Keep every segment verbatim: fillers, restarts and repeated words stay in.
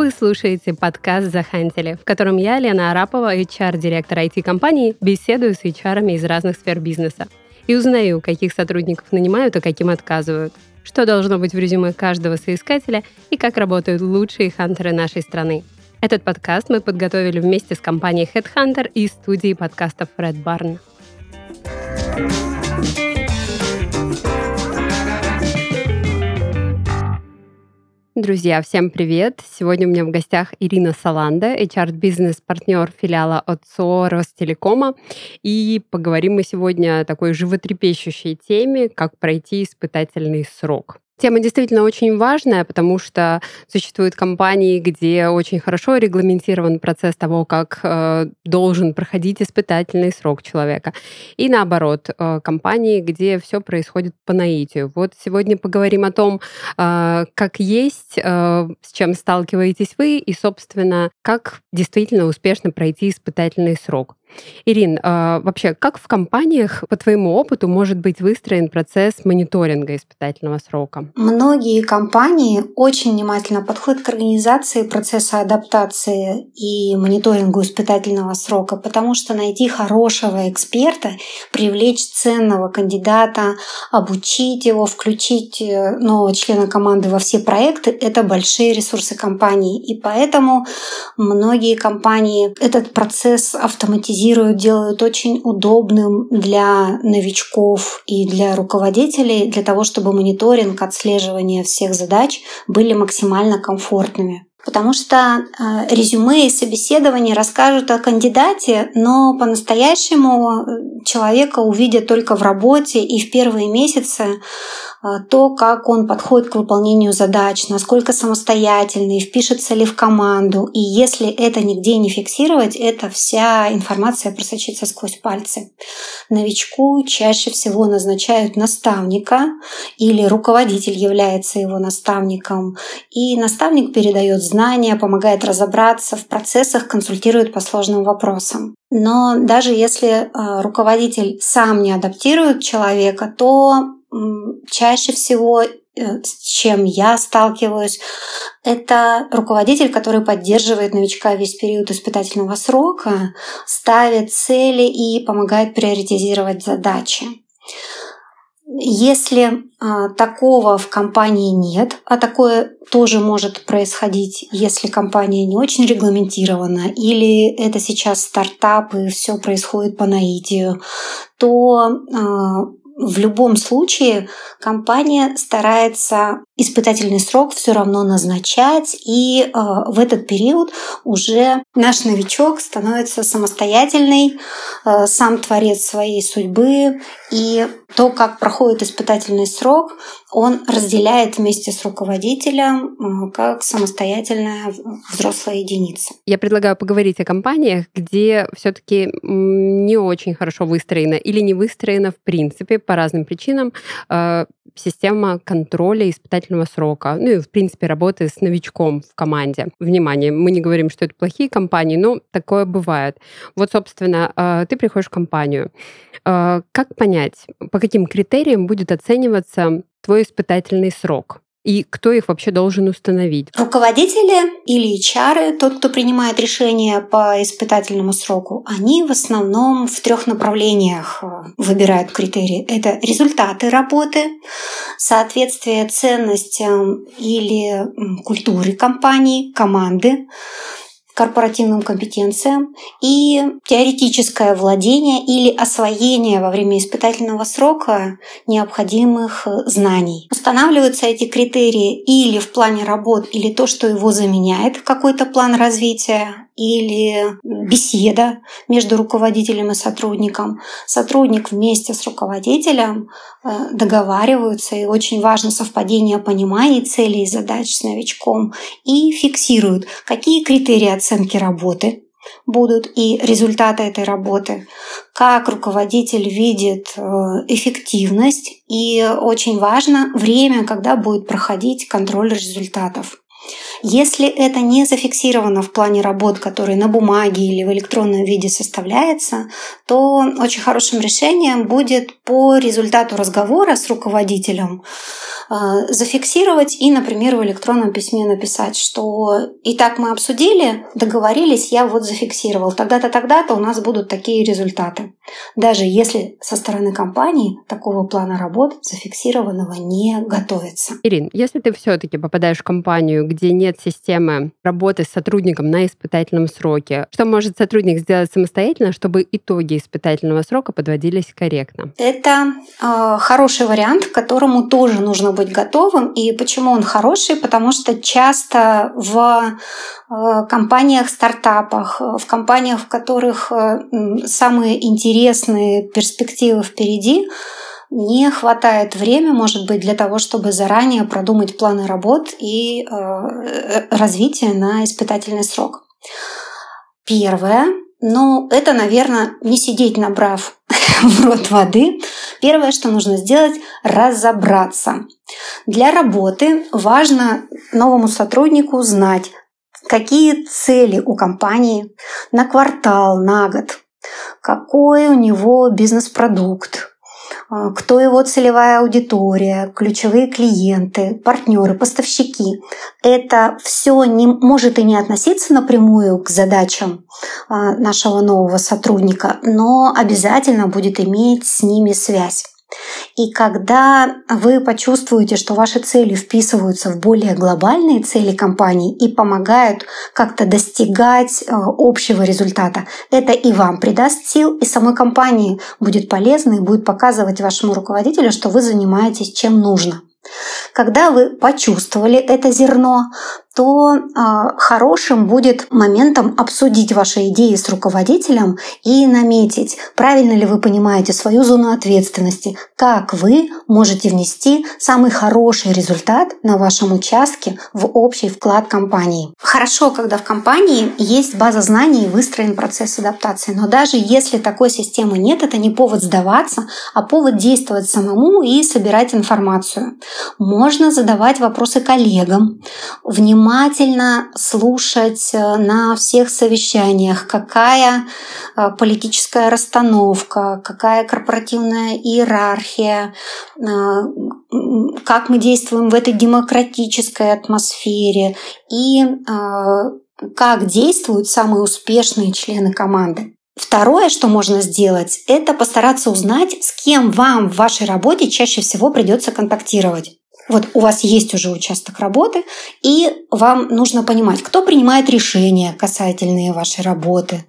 Вы слушаете подкаст «Захантили», в котором я, Лена Арапова, эйч ар-директор ай ти-компании, беседую с эйч ар-ами из разных сфер бизнеса и узнаю, каких сотрудников нанимают, а каким отказывают, что должно быть в резюме каждого соискателя и как работают лучшие хантеры нашей страны. Этот подкаст мы подготовили вместе с компанией HeadHunter и студией подкастов Red Barn. Друзья, всем привет! Сегодня у меня в гостях Ирина Саланда, эйч ар-бизнес-партнер филиала ОТСО Ростелекома. И поговорим мы сегодня о такой животрепещущей теме, как пройти испытательный срок. Тема действительно очень важная, потому что существуют компании, где очень хорошо регламентирован процесс того, как э, должен проходить испытательный срок человека. И наоборот, э, компании, где все происходит по наитию. Вот сегодня поговорим о том, э, как есть, э, с чем сталкиваетесь вы, и, собственно, как действительно успешно пройти испытательный срок. Ирин, а вообще, как в компаниях, по твоему опыту, может быть выстроен процесс мониторинга испытательного срока? Многие компании очень внимательно подходят к организации процесса адаптации и мониторингу испытательного срока, потому что найти хорошего эксперта, привлечь ценного кандидата, обучить его, включить нового члена команды во все проекты — это большие ресурсы компании. И поэтому многие компании этот процесс автоматизируют, делают очень удобным для новичков и для руководителей, для того, чтобы мониторинг, отслеживание всех задач были максимально комфортными. Потому что э, резюме и собеседование расскажут о кандидате, но по-настоящему человека увидят только в работе и в первые месяцы э, то, как он подходит к выполнению задач, насколько самостоятельный, впишется ли в команду. И если это нигде не фиксировать, эта вся информация просочится сквозь пальцы. Новичку чаще всего назначают наставника или руководитель является его наставником. И наставник передает знания, помогает разобраться в процессах, консультирует по сложным вопросам. Но даже если руководитель сам не адаптирует человека, то чаще всего, с чем я сталкиваюсь, это руководитель, который поддерживает новичка весь период испытательного срока, ставит цели и помогает приоритизировать задачи. Если а, такого в компании нет, а такое тоже может происходить, если компания не очень регламентирована или это сейчас стартап и все происходит по наитию, то а, в любом случае компания старается испытательный срок все равно назначать, и э, в этот период уже наш новичок становится самостоятельный, э, сам творец своей судьбы, и то, как проходит испытательный срок, он разделяет вместе с руководителем э, как самостоятельная взрослая единица. Я предлагаю поговорить о компаниях, где все-таки не очень хорошо выстроена или не выстроена в принципе по разным причинам э, система контроля испытательного срока, ну и, в принципе, работы с новичком в команде. Внимание, мы не говорим, что это плохие компании, но такое бывает. Вот, собственно, ты приходишь в компанию. Как понять, по каким критериям будет оцениваться твой испытательный срок? И кто их вообще должен установить? Руководители или эйч ар, тот, кто принимает решения по испытательному сроку, они в основном в трех направлениях выбирают критерии. Это результаты работы, соответствие ценностям или культуре компании, команды, корпоративным компетенциям и теоретическое владение или освоение во время испытательного срока необходимых знаний. Устанавливаются эти критерии или в плане работ, или то, что его заменяет, какой-то план развития, или беседа между руководителем и сотрудником. Сотрудник вместе с руководителем договариваются, и очень важно совпадение пониманий целей и задач с новичком, и фиксируют, какие критерии оценки работы будут и результаты этой работы, как руководитель видит эффективность, и очень важно время, когда будет проходить контроль результатов. Если это не зафиксировано в плане работ, который на бумаге или в электронном виде составляется, то очень хорошим решением будет по результату разговора с руководителем зафиксировать и, например, в электронном письме написать, что «Итак, мы обсудили, договорились, я вот зафиксировал. Тогда-то, тогда-то у нас будут такие результаты». Даже если со стороны компании такого плана работ зафиксированного не готовится. Ирин, если ты все-таки попадаешь в компанию, где нет системы работы с сотрудником на испытательном сроке, что может сотрудник сделать самостоятельно, чтобы итоги испытательного срока подводились корректно? Это э, хороший вариант, к которому тоже нужно быть готовым. И почему он хороший? Потому что часто в э, компаниях, стартапах, в компаниях, в которых э, самые интересные перспективы впереди, не хватает времени, может быть, для того, чтобы заранее продумать планы работ и э, развитие на испытательный срок. Первое. Ну, это, наверное, не сидеть, набрав в рот воды. Первое, что нужно сделать – разобраться. Для работы важно новому сотруднику знать, какие цели у компании на квартал, на год, какой у него бизнес-продукт, кто его целевая аудитория, ключевые клиенты, партнеры, поставщики. Это все не, может и не относиться напрямую к задачам нашего нового сотрудника, но обязательно будет иметь с ними связь. И когда вы почувствуете, что ваши цели вписываются в более глобальные цели компании и помогают как-то достигать общего результата, это и вам придаст сил, и самой компании будет полезно и будет показывать вашему руководителю, что вы занимаетесь чем нужно. Когда вы почувствовали это зерно, то э, хорошим будет моментом обсудить ваши идеи с руководителем и наметить, правильно ли вы понимаете свою зону ответственности, как вы можете внести самый хороший результат на вашем участке в общий вклад компании. Хорошо, когда в компании есть база знаний и выстроен процесс адаптации, но даже если такой системы нет, это не повод сдаваться, а повод действовать самому и собирать информацию. Можно задавать вопросы коллегам, внимательно слушать на всех совещаниях, какая политическая расстановка, какая корпоративная иерархия, как мы действуем в этой демократической атмосфере и как действуют самые успешные члены команды. Второе, что можно сделать, это постараться узнать, с кем вам в вашей работе чаще всего придется контактировать. Вот у вас есть уже участок работы, и вам нужно понимать, кто принимает решения касательные вашей работы,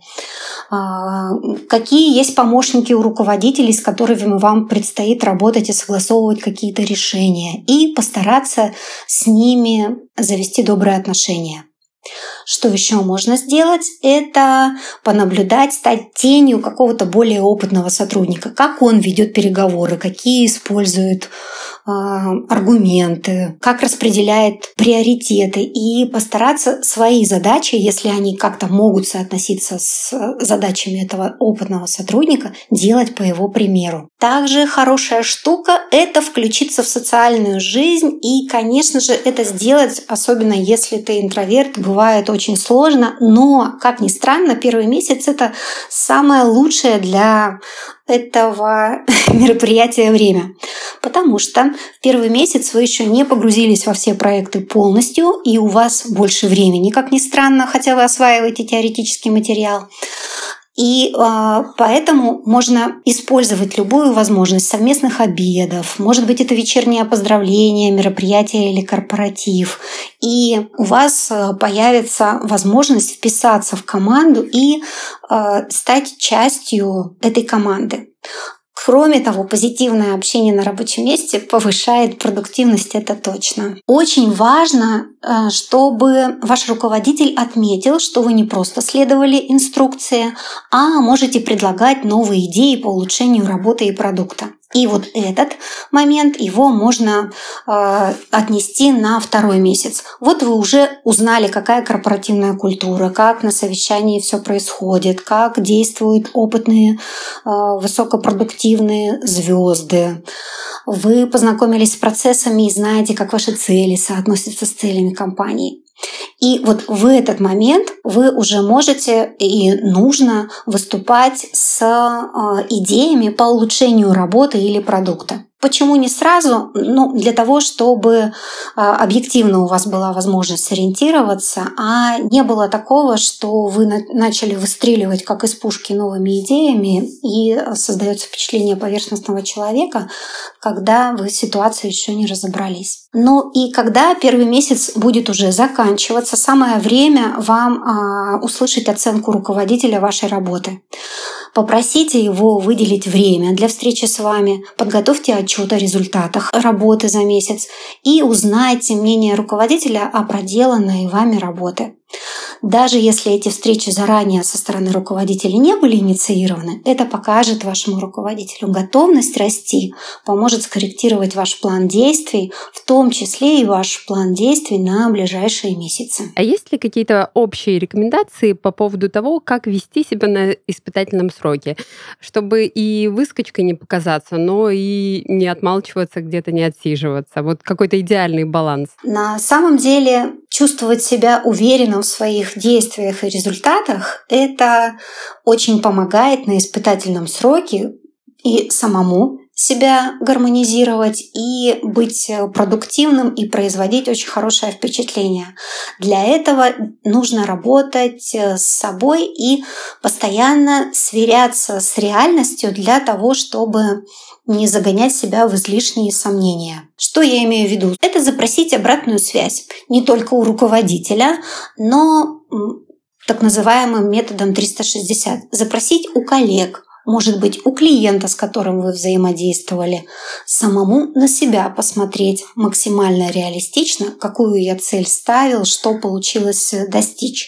какие есть помощники у руководителей, с которыми вам предстоит работать и согласовывать какие-то решения, и постараться с ними завести добрые отношения. Что еще можно сделать? Это понаблюдать, стать тенью какого-то более опытного сотрудника. Как он ведет переговоры, какие использует э, аргументы, как распределяет приоритеты. И постараться свои задачи, если они как-то могут соотноситься с задачами этого опытного сотрудника, делать по его примеру. Также хорошая штука – это включиться в социальную жизнь. И, конечно же, это сделать, особенно если ты интроверт, бывает очень сложно, но, как ни странно, первый месяц — это самое лучшее для этого мероприятия время. Потому что в первый месяц вы еще не погрузились во все проекты полностью, и у вас больше времени, как ни странно, хотя вы осваиваете теоретический материал. И э, поэтому можно использовать любую возможность совместных обедов. Может быть, это вечернее поздравление, мероприятие или корпоратив. И у вас появится возможность вписаться в команду и э, стать частью этой команды. Кроме того, позитивное общение на рабочем месте повышает продуктивность, это точно. Очень важно, чтобы ваш руководитель отметил, что вы не просто следовали инструкции, а можете предлагать новые идеи по улучшению работы и продукта. И вот этот момент, его можно э, отнести на второй месяц. Вот вы уже узнали, какая корпоративная культура, как на совещании все происходит, как действуют опытные, э, высокопродуктивные звезды. Вы познакомились с процессами и знаете, как ваши цели соотносятся с целями компании. И вот в этот момент вы уже можете и нужно выступать с идеями по улучшению работы или продукта. Почему не сразу? Ну, для того, чтобы объективно у вас была возможность сориентироваться, а не было такого, что вы начали выстреливать как из пушки новыми идеями, и создается впечатление поверхностного человека, когда вы в ситуации еще не разобрались. Ну и когда первый месяц будет уже заканчиваться, самое время вам услышать оценку руководителя вашей работы. Попросите его выделить время для встречи с вами, подготовьте отчет о результатах работы за месяц и узнайте мнение руководителя о проделанной вами работе. Даже если эти встречи заранее со стороны руководителя не были инициированы, это покажет вашему руководителю готовность расти, поможет скорректировать ваш план действий, в том числе и ваш план действий на ближайшие месяцы. А есть ли какие-то общие рекомендации по поводу того, как вести себя на испытательном сроке, чтобы и выскочкой не показаться, но и не отмалчиваться, где-то не отсиживаться? Вот какой-то идеальный баланс. На самом деле чувствовать себя уверенным в своих действиях и результатах — это очень помогает на испытательном сроке и самому себя гармонизировать, и быть продуктивным, и производить очень хорошее впечатление. Для этого нужно работать с собой и постоянно сверяться с реальностью для того, чтобы не загонять себя в излишние сомнения. Что я имею в виду? Это запросить обратную связь не только у руководителя, но так называемым методом триста шестьдесят. Запросить у коллег, может быть, у клиента, с которым вы взаимодействовали, самому на себя посмотреть максимально реалистично, какую я цель ставил, что получилось достичь.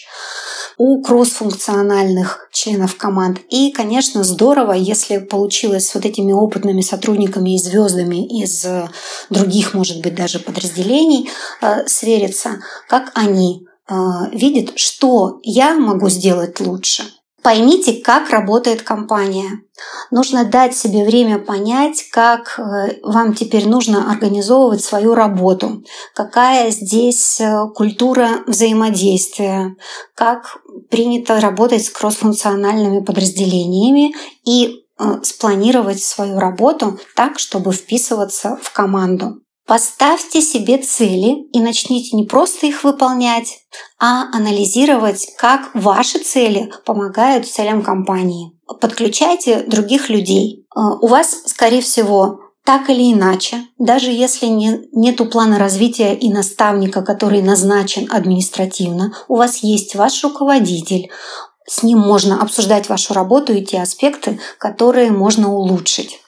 У кроссфункциональных членов команд. И, конечно, здорово, если получилось с вот этими опытными сотрудниками и звездами из других, может быть, даже подразделений э, свериться, как они э, видят, что я могу сделать лучше. Поймите, как работает компания. Нужно дать себе время понять, как вам теперь нужно организовывать свою работу, какая здесь культура взаимодействия, как принято работать с кроссфункциональными подразделениями и спланировать свою работу так, чтобы вписываться в команду. Поставьте себе цели и начните не просто их выполнять, а анализировать, как ваши цели помогают целям компании. Подключайте других людей. У вас, скорее всего, так или иначе, даже если не, нету плана развития и наставника, который назначен административно, у вас есть ваш руководитель. С ним можно обсуждать вашу работу и те аспекты, которые можно улучшить.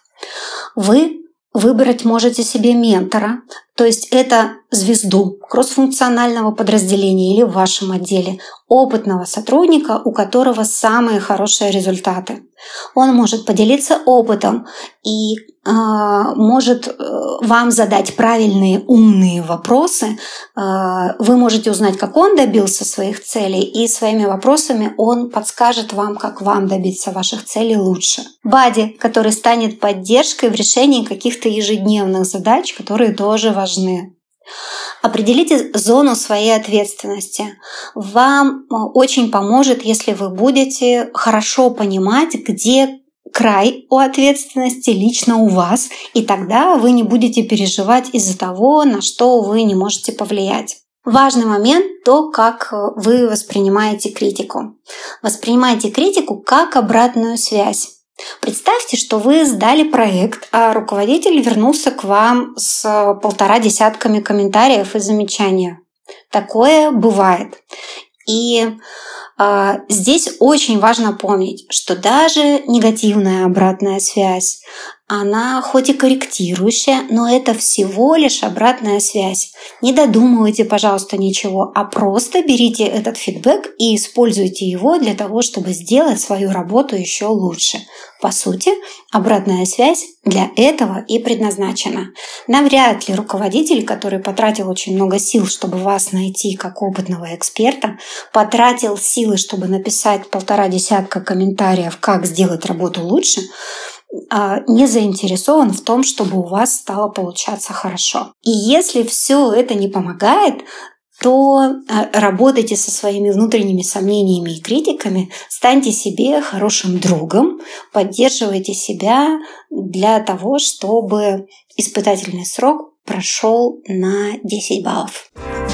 Вы выбрать можете себе ментора, то есть это звезду кроссфункционального подразделения или в вашем отделе, опытного сотрудника, у которого самые хорошие результаты. Он может поделиться опытом и э, может э, вам задать правильные, умные вопросы. Э, вы можете узнать, как он добился своих целей, и своими вопросами он подскажет вам, как вам добиться ваших целей лучше. Бадди, который станет поддержкой в решении каких-то ежедневных задач, которые тоже важны. Определите зону своей ответственности. Вам очень поможет, если вы будете хорошо понимать, где край у ответственности лично у вас, и тогда вы не будете переживать из-за того, на что вы не можете повлиять. Важный момент – то, как вы воспринимаете критику. Воспринимайте критику как обратную связь. Представьте, что вы сдали проект, а руководитель вернулся к вам с полтора десятками комментариев и замечаний. Такое бывает. И э, здесь очень важно помнить, что даже негативная обратная связь, она хоть и корректирующая, но это всего лишь обратная связь. Не додумывайте, пожалуйста, ничего, а просто берите этот фидбэк и используйте его для того, чтобы сделать свою работу еще лучше. По сути, обратная связь для этого и предназначена. Навряд ли руководитель, который потратил очень много сил, чтобы вас найти как опытного эксперта, потратил силы, чтобы написать полтора десятка комментариев, как сделать работу лучше, не заинтересован в том, чтобы у вас стало получаться хорошо. И если все это не помогает, то работайте со своими внутренними сомнениями и критиками, станьте себе хорошим другом, поддерживайте себя для того, чтобы испытательный срок прошел на десять баллов.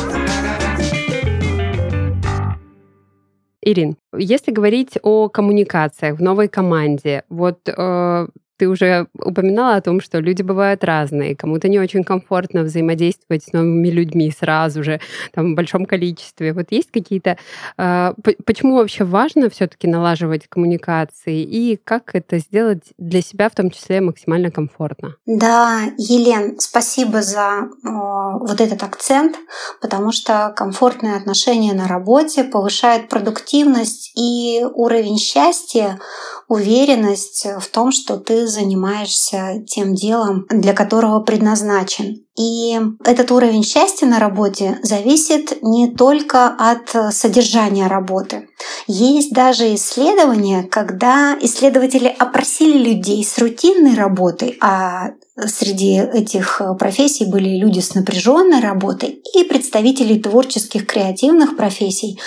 Ирин, если говорить о коммуникациях в новой команде, вот э, ты уже упоминала о том, что люди бывают разные, кому-то не очень комфортно взаимодействовать с новыми людьми сразу же, там, в большом количестве. Вот есть какие-то... Э, почему вообще важно все-таки налаживать коммуникации и как это сделать для себя в том числе максимально комфортно? Да, Елен, спасибо за э, вот этот акцент, потому что комфортные отношения на работе повышают продуктивность и уровень счастья, уверенность в том, что ты занимаешься тем делом, для которого предназначен. И этот уровень счастья на работе зависит не только от содержания работы. Есть даже исследования, когда исследователи опросили людей с рутинной работой, а среди этих профессий были люди с напряженной работой и представители творческих, креативных профессий,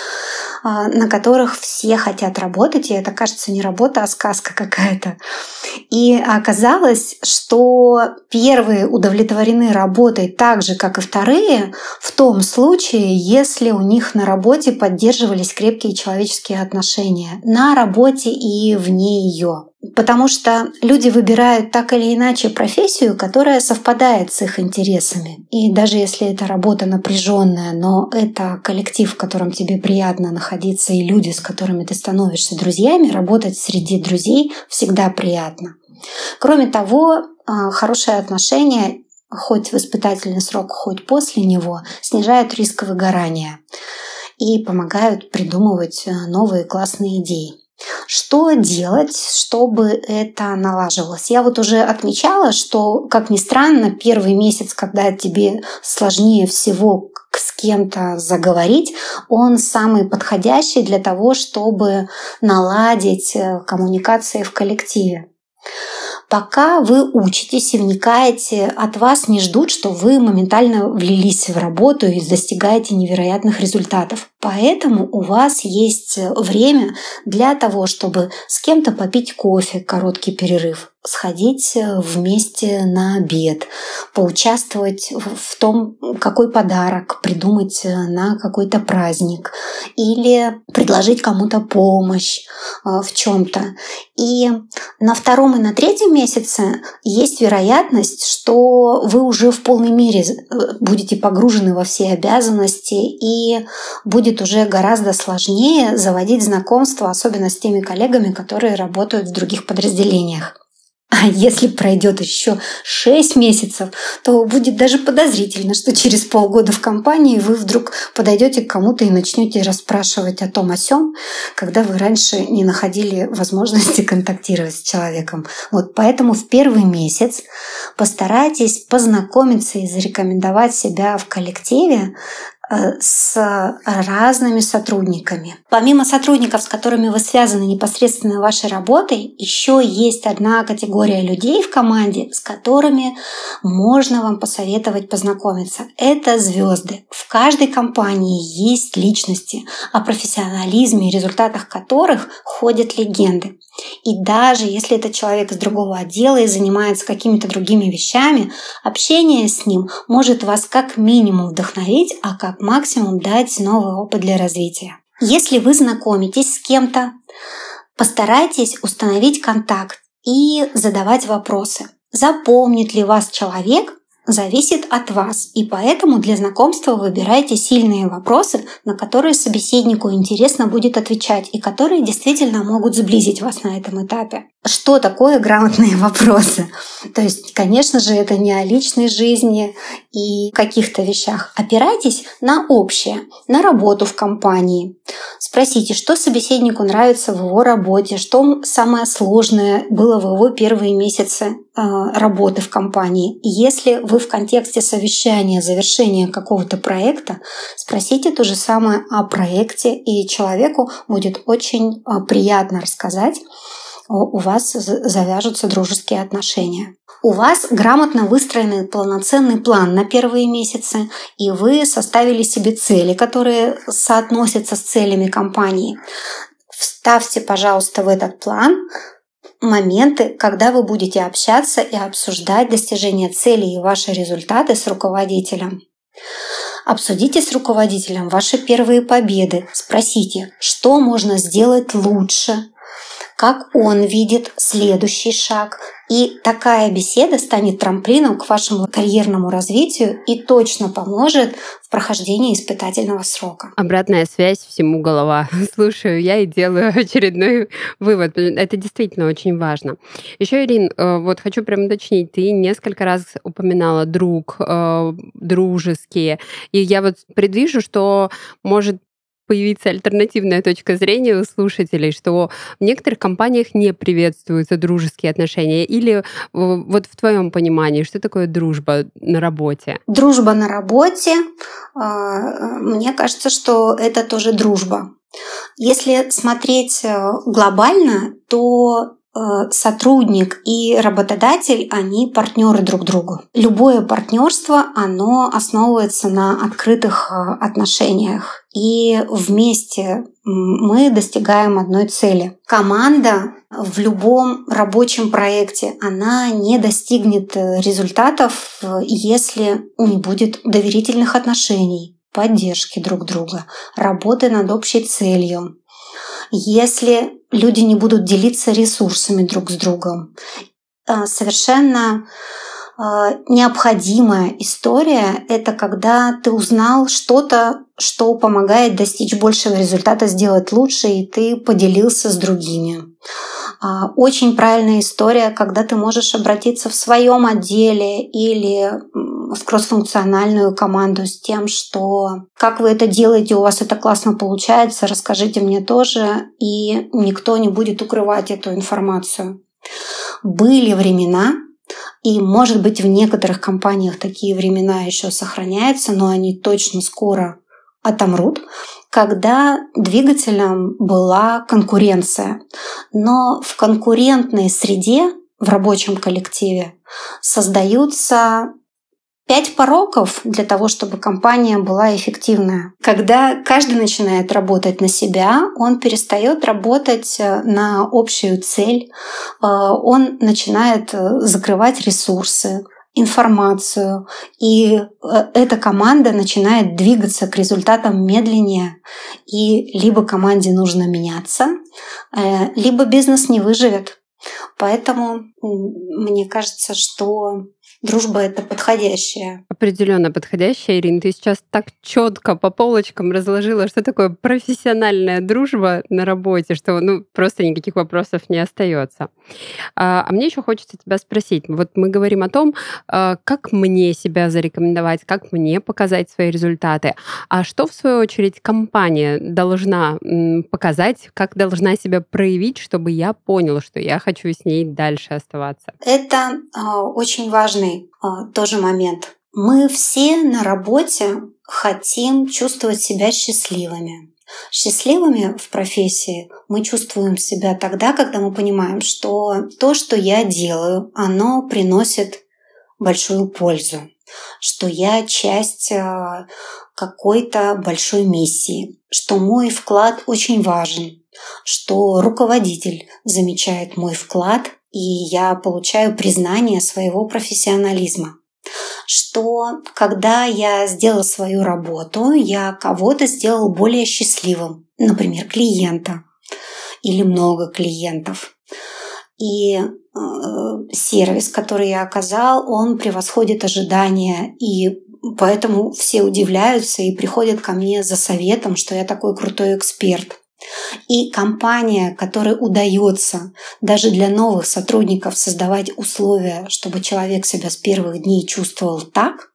на которых все хотят работать, и это, кажется, не работа, а сказка какая-то. И оказалось, что первые удовлетворены работой так же, как и вторые, в том случае, если у них на работе поддерживались крепкие человеческие отношения, на работе и вне ее. Потому что люди выбирают так или иначе профессию, которая совпадает с их интересами. И даже если это работа напряженная, но это коллектив, в котором тебе приятно находиться, и люди, с которыми ты становишься друзьями, работать среди друзей всегда приятно. Кроме того, хорошие отношения, хоть в испытательный срок, хоть после него, снижают риск выгорания и помогают придумывать новые классные идеи. Что делать, чтобы это налаживалось? Я вот уже отмечала, что, как ни странно, первый месяц, когда тебе сложнее всего с кем-то заговорить, он самый подходящий для того, чтобы наладить коммуникации в коллективе. Пока вы учитесь и вникаете, от вас не ждут, что вы моментально влились в работу и достигаете невероятных результатов. Поэтому у вас есть время для того, чтобы с кем-то попить кофе, короткий перерыв, сходить вместе на обед, поучаствовать в том, какой подарок придумать на какой-то праздник или предложить кому-то помощь в чем-то. И на втором и на третьем месяце есть вероятность, что вы уже в полной мере будете погружены во все обязанности и будет уже гораздо сложнее заводить знакомства, особенно с теми коллегами, которые работают в других подразделениях. А если пройдет еще шесть месяцев, то будет даже подозрительно, что через полгода в компании вы вдруг подойдете к кому-то и начнете расспрашивать о том о сём, когда вы раньше не находили возможности контактировать с человеком. Вот поэтому в первый месяц постарайтесь познакомиться и зарекомендовать себя в коллективе с разными сотрудниками. Помимо сотрудников, с которыми вы связаны непосредственно вашей работой, еще есть одна категория людей в команде, с которыми можно вам посоветовать познакомиться. Это звезды. В каждой компании есть личности, о профессионализме и результатах которых ходят легенды. И даже если это человек из другого отдела и занимается какими-то другими вещами, общение с ним может вас как минимум вдохновить, а как максимум дать новый опыт для развития. Если вы знакомитесь с кем-то, постарайтесь установить контакт и задавать вопросы. Запомнит ли вас человек, зависит от вас, и поэтому для знакомства выбирайте сильные вопросы, на которые собеседнику интересно будет отвечать и которые действительно могут сблизить вас на этом этапе. Что такое грамотные вопросы? То есть, конечно же, это не о личной жизни и каких-то вещах. Опирайтесь на общее, на работу в компании. Спросите, что собеседнику нравится в его работе, что самое сложное было в его первые месяцы работы в компании. Если вы в контексте совещания, завершения какого-то проекта, спросите то же самое о проекте, и человеку будет очень приятно рассказать у вас завяжутся дружеские отношения. У вас грамотно выстроенный полноценный план на первые месяцы, и вы составили себе цели, которые соотносятся с целями компании. Вставьте, пожалуйста, в этот план моменты, когда вы будете общаться и обсуждать достижение целей и ваши результаты с руководителем. Обсудите с руководителем ваши первые победы. Спросите, что можно сделать лучше, как он видит следующий шаг. И такая беседа станет трамплином к вашему карьерному развитию и точно поможет в прохождении испытательного срока. Обратная связь, всему голова. Слушаю я и делаю очередной вывод. Это действительно очень важно. Еще, Ирин, вот хочу прям уточнить. Ты несколько раз упоминала друг, дружеские. И я вот предвижу, что может появиться альтернативная точка зрения у слушателей, что в некоторых компаниях не приветствуются дружеские отношения. Или вот в твоем понимании, что такое дружба на работе? Дружба на работе, мне кажется, что это тоже дружба. Если смотреть глобально, то сотрудник и работодатель, они партнеры друг другу. Любое партнерство, оно основывается на открытых отношениях. И вместе мы достигаем одной цели. Команда в любом рабочем проекте, она не достигнет результатов, если не будет доверительных отношений, поддержки друг друга, работы над общей целью. Если люди не будут делиться ресурсами друг с другом. Совершенно необходимая история — это когда ты узнал что-то, что помогает достичь большего результата, сделать лучше, и ты поделился с другими. Очень правильная история, когда ты можешь обратиться в своем отделе или в кроссфункциональную команду с тем, что как вы это делаете, у вас это классно получается, расскажите мне тоже, и никто не будет укрывать эту информацию. Были времена, и, может быть, в некоторых компаниях такие времена еще сохраняются, но они точно скоро отомрут, когда двигателем была конкуренция. Но в конкурентной среде, в рабочем коллективе, создаются пять пороков для того, чтобы компания была эффективная. Когда каждый начинает работать на себя, он перестает работать на общую цель, он начинает закрывать ресурсы, информацию, и эта команда начинает двигаться к результатам медленнее, и либо команде нужно меняться, либо бизнес не выживет. Поэтому мне кажется, что дружба — это подходящая. Определенно подходящая, Ирина. Ты сейчас так четко по полочкам разложила, что такое профессиональная дружба на работе, что ну, просто никаких вопросов не остается. А, а мне еще хочется тебя спросить. Вот мы говорим о том, как мне себя зарекомендовать, как мне показать свои результаты. А что, в свою очередь, компания должна показать, как должна себя проявить, чтобы я поняла, что я хочу с ней дальше оставаться? Это очень важный тоже момент. Мы все на работе хотим чувствовать себя счастливыми. Счастливыми в профессии мы чувствуем себя тогда, когда мы понимаем, что то, что я делаю, оно приносит большую пользу, что я часть какой-то большой миссии, что мой вклад очень важен, что руководитель замечает мой вклад, и я получаю признание своего профессионализма. Что когда я сделала свою работу, я кого-то сделал более счастливым, например, клиента или много клиентов. И э, сервис, который я оказал, он превосходит ожидания, и поэтому все удивляются и приходят ко мне за советом, что я такой крутой эксперт. И компания, которой удается даже для новых сотрудников создавать условия, чтобы человек себя с первых дней чувствовал так,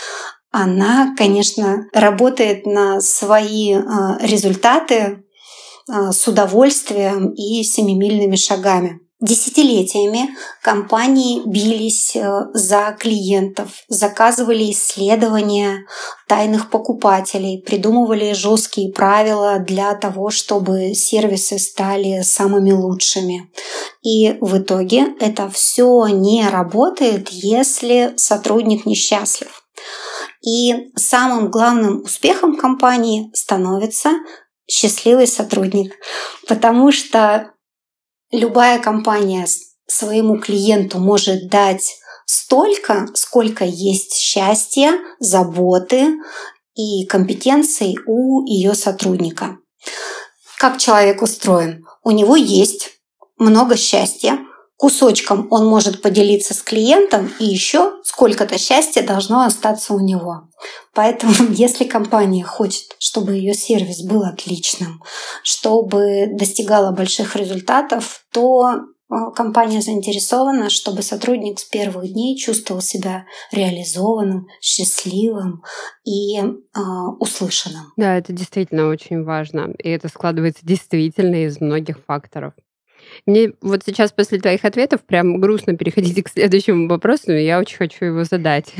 она, конечно, работает на свои результаты с удовольствием и семимильными шагами. Десятилетиями компании бились за клиентов, заказывали исследования тайных покупателей, придумывали жесткие правила для того, чтобы сервисы стали самыми лучшими. И в итоге это все не работает, если сотрудник несчастлив. И самым главным успехом компании становится счастливый сотрудник, потому что любая компания своему клиенту может дать столько, сколько есть счастья, заботы и компетенций у ее сотрудника. Как человек устроен? У него есть много счастья, кусочком он может поделиться с клиентом, и еще сколько-то счастья должно остаться у него. Поэтому, если компания хочет, чтобы ее сервис был отличным, чтобы достигала больших результатов, то компания заинтересована, чтобы сотрудник с первых дней чувствовал себя реализованным, счастливым и э, услышанным. Да, это действительно очень важно. И это складывается действительно из многих факторов. Мне вот сейчас после твоих ответов прям грустно переходить к следующему вопросу, но я очень хочу его задать.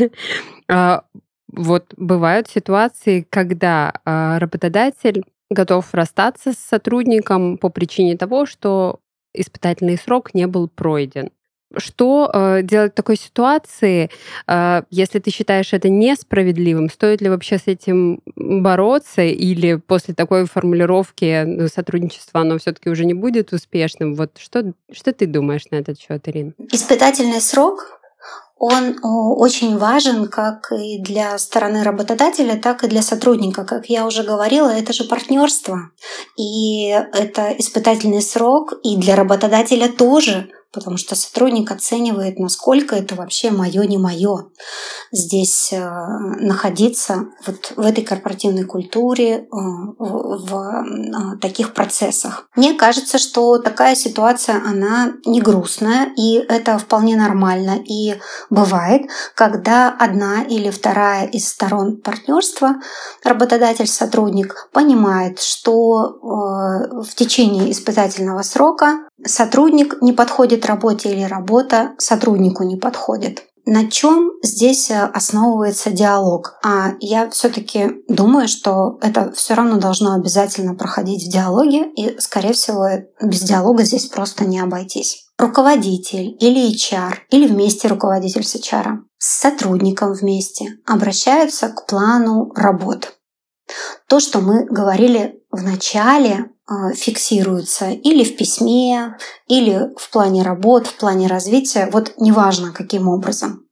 Вот бывают ситуации, когда работодатель готов расстаться с сотрудником по причине того, что испытательный срок не был пройден. Что э, делать в такой ситуации, э, если ты считаешь это несправедливым? Стоит ли вообще с этим бороться? Или после такой формулировки ну, сотрудничество оно все-таки уже не будет успешным? Вот что, что ты думаешь на этот счет, Ирина? Испытательный срок, он очень важен как и для стороны работодателя, так и для сотрудника. Как я уже говорила, это же партнерство. И это испытательный срок и для работодателя тоже, потому что сотрудник оценивает, насколько это вообще мое, не мое. Здесь э, находиться вот в этой корпоративной культуре, э, в, в э, таких процессах. Мне кажется, что такая ситуация, она не грустная, и это вполне нормально. И бывает, когда одна или вторая из сторон партнерства, работодатель-сотрудник, понимает, что э, в течение испытательного срока сотрудник не подходит работе или работа сотруднику не подходит. На чем здесь основывается диалог? А я все-таки думаю, что это все равно должно обязательно проходить в диалоге, и, скорее всего, без диалога здесь просто не обойтись. Руководитель или эйч ар, или вместе руководитель с эйч ар, с сотрудником вместе обращаются к плану работ. То, что мы говорили в начале, фиксируется или в письме, или в плане работ, в плане развития, вот неважно каким образом.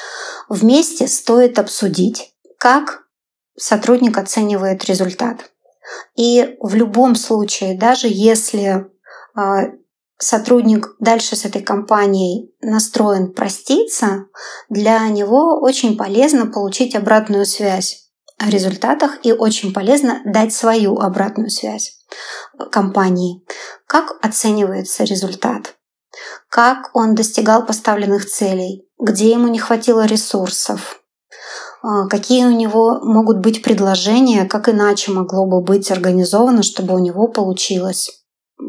Вместе стоит обсудить, как сотрудник оценивает результат. И в любом случае, даже если сотрудник дальше с этой компанией настроен проститься, для него очень полезно получить обратную связь о результатах и очень полезно дать свою обратную связь компании. Как оценивается результат? Как он достигал поставленных целей? Где ему не хватило ресурсов? Какие у него могут быть предложения? Как иначе могло бы быть организовано, чтобы у него получилось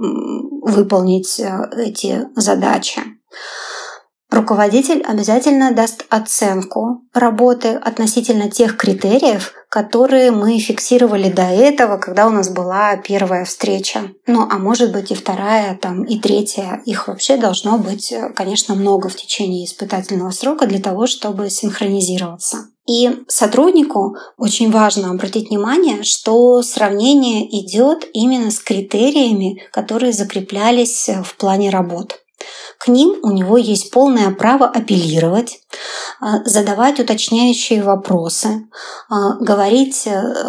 выполнить эти задачи? Руководитель обязательно даст оценку работы относительно тех критериев, которые мы фиксировали до этого, когда у нас была первая встреча. Ну, а может быть и вторая, там, и третья. Их вообще должно быть, конечно, много в течение испытательного срока для того, чтобы синхронизироваться. И сотруднику очень важно обратить внимание, что сравнение идет именно с критериями, которые закреплялись в плане работ. К ним у него есть полное право апеллировать, задавать уточняющие вопросы, говорить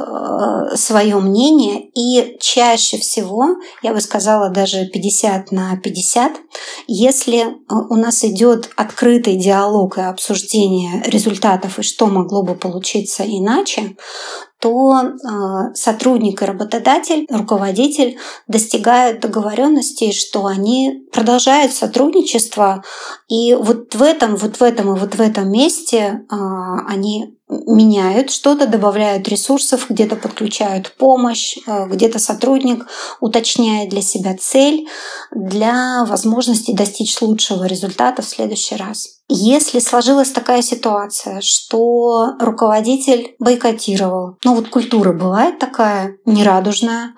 свое мнение. И чаще всего, я бы сказала, даже пятьдесят на пятьдесят, если у нас идет открытый диалог и обсуждение результатов и что могло бы получиться иначе, то сотрудник и работодатель, руководитель достигают договоренности, что они продолжают сотрудничество, и вот в этом, вот в этом и вот в этом месте они меняют что-то, добавляют ресурсов, где-то подключают помощь, где-то сотрудник уточняет для себя цель для возможности достичь лучшего результата в следующий раз. Если сложилась такая ситуация, что руководитель бойкотировал, ну вот культура бывает такая нерадужная,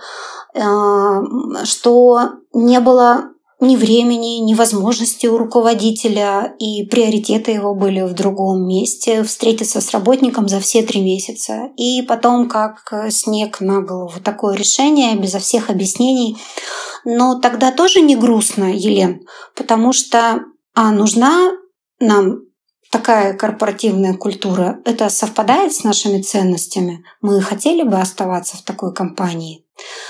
что не было ни времени, ни возможности у руководителя, и приоритеты его были в другом месте, встретиться с работником за все три месяца. И потом, как снег на голову, такое решение, безо всех объяснений. Но тогда тоже не грустно, Елен, потому что а, нужна нам такая корпоративная культура. Это совпадает с нашими ценностями. Мы хотели бы оставаться в такой компании.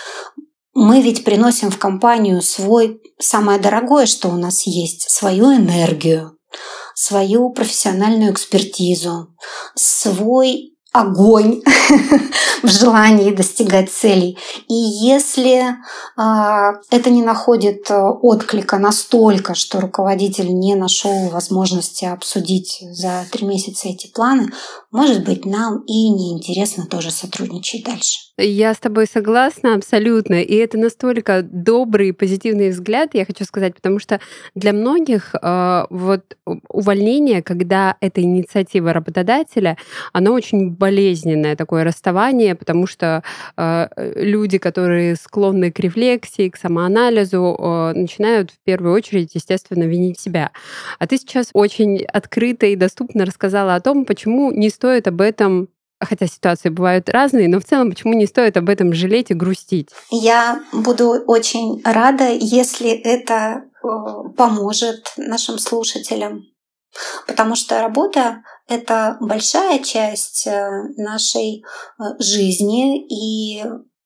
Мы ведь приносим в компанию свой, самое дорогое, что у нас есть, свою энергию, свою профессиональную экспертизу, свой огонь в желании достигать целей. И если э, это не находит отклика настолько, что руководитель не нашел возможности обсудить за три месяца эти планы, может быть, нам и неинтересно тоже сотрудничать дальше. Я с тобой согласна абсолютно. И это настолько добрый и позитивный взгляд, я хочу сказать, потому что для многих э, вот увольнение, когда это инициатива работодателя, оно очень болезненное такое расставание, потому что э, люди, которые склонны к рефлексии, к самоанализу, э, начинают в первую очередь, естественно, винить себя. А ты сейчас очень открыто и доступно рассказала о том, почему не стоит об этом, хотя ситуации бывают разные, но в целом почему не стоит об этом жалеть и грустить. Я буду очень рада, если это поможет нашим слушателям. Потому что работа — это большая часть нашей жизни, и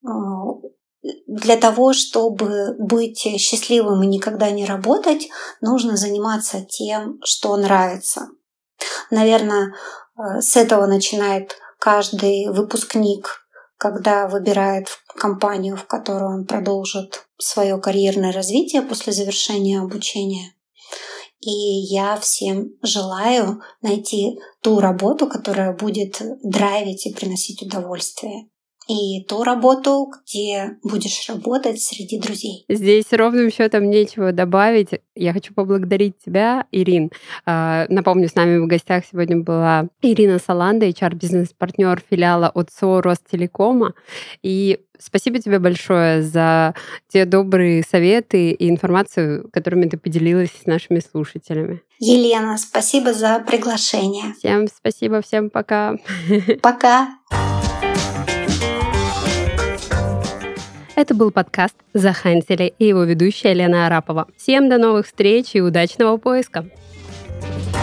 для того, чтобы быть счастливым и никогда не работать, нужно заниматься тем, что нравится. Наверное, с этого начинает каждый выпускник, когда выбирает компанию, в которой он продолжит свое карьерное развитие после завершения обучения. И я всем желаю найти ту работу, которая будет драйвить и приносить удовольствие. И ту работу, где будешь работать среди друзей. Здесь ровным счетом нечего добавить. Я хочу поблагодарить тебя, Ирин. Напомню, с нами в гостях сегодня была Ирина Саланда, эйч ар-бизнес-партнер филиала ОТСО Ростелекома. И спасибо тебе большое за те добрые советы и информацию, которыми ты поделилась с нашими слушателями. Елена, спасибо за приглашение. Всем спасибо, всем пока. Пока. Это был подкаст «Захантили» и его ведущая Лена Арапова. Всем до новых встреч и удачного поиска!